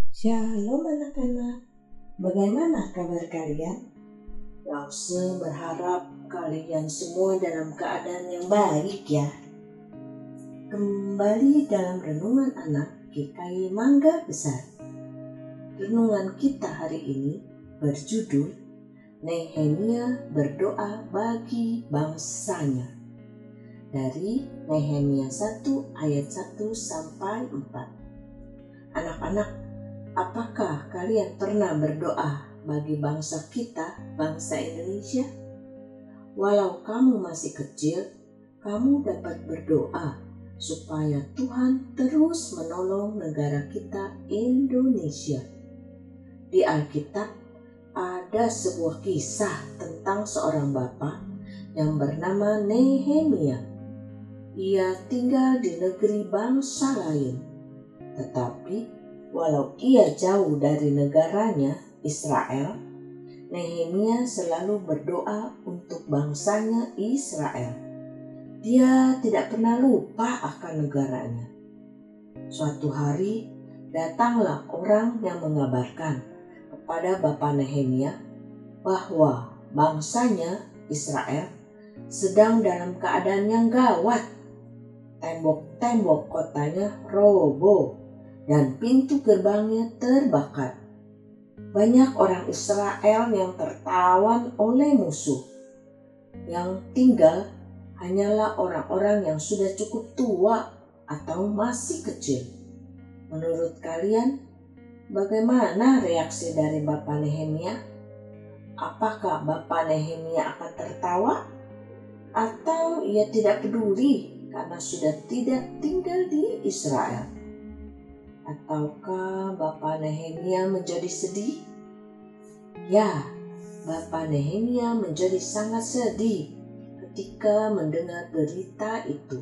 Shalom anak-anak, bagaimana kabar kalian? Lause berharap kalian semua dalam keadaan yang baik ya. Kembali dalam Renungan Anak GKI Mangga Besar. Renungan kita hari ini berjudul Nehemia berdoa bagi bangsanya. Dari Nehemia 1 ayat 1 sampai 4. Anak-anak, apakah kalian pernah berdoa bagi bangsa kita, bangsa Indonesia? Walau kamu masih kecil, kamu dapat berdoa supaya Tuhan terus menolong negara kita, Indonesia. Di Alkitab ada sebuah kisah tentang seorang bapa yang bernama Nehemia. Ia tinggal di negeri bangsa lain, tetapi walau ia jauh dari negaranya, Israel, Nehemia selalu berdoa untuk bangsanya Israel. Dia tidak pernah lupa akan negaranya. Suatu hari, datanglah orang yang mengabarkan kepada Bapa Nehemia bahwa bangsanya Israel sedang dalam keadaan yang gawat. Tembok-tembok kotanya roboh dan pintu gerbangnya terbakar. Banyak orang Israel yang tertawan oleh musuh. Yang tinggal hanyalah orang-orang yang sudah cukup tua atau masih kecil. Menurut kalian, bagaimana reaksi dari Bapak Nehemia? Apakah Bapak Nehemia akan tertawa? Atau ia tidak peduli karena sudah tidak tinggal di Israel? Ataukah Bapak Nehemia menjadi sedih? Ya, Bapak Nehemia menjadi sangat sedih ketika mendengar berita itu.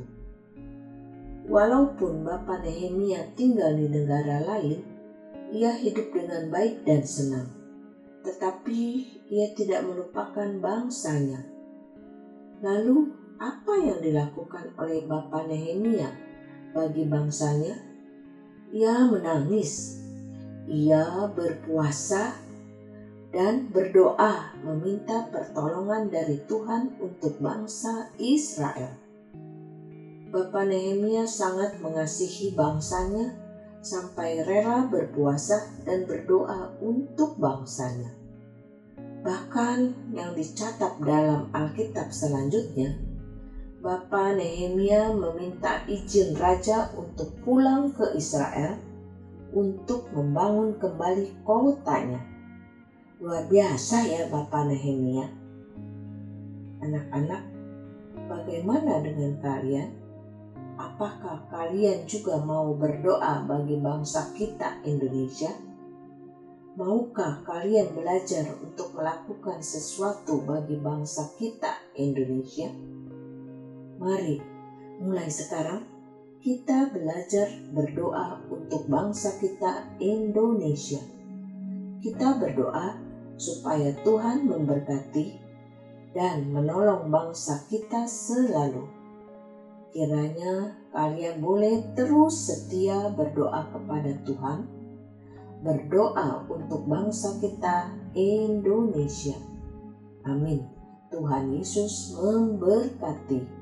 Walaupun Bapak Nehemia tinggal di negara lain, ia hidup dengan baik dan senang. Tetapi ia tidak melupakan bangsanya. Lalu, apa yang dilakukan oleh Bapak Nehemia bagi bangsanya? Ia menangis, ia berpuasa dan berdoa meminta pertolongan dari Tuhan untuk bangsa Israel. Bapak Nehemia sangat mengasihi bangsanya sampai rela berpuasa dan berdoa untuk bangsanya. Bahkan yang dicatat dalam Alkitab selanjutnya, Bapak Nehemia meminta izin raja untuk pulang ke Israel untuk membangun kembali kotanya. Luar biasa ya Bapak Nehemia. Anak-anak, bagaimana dengan kalian? Apakah kalian juga mau berdoa bagi bangsa kita Indonesia? Maukah kalian belajar untuk melakukan sesuatu bagi bangsa kita Indonesia? Mari, mulai sekarang kita belajar berdoa untuk bangsa kita Indonesia. Kita berdoa supaya Tuhan memberkati dan menolong bangsa kita selalu. Kiranya kalian boleh terus setia berdoa kepada Tuhan, berdoa untuk bangsa kita Indonesia. Amin. Tuhan Yesus memberkati.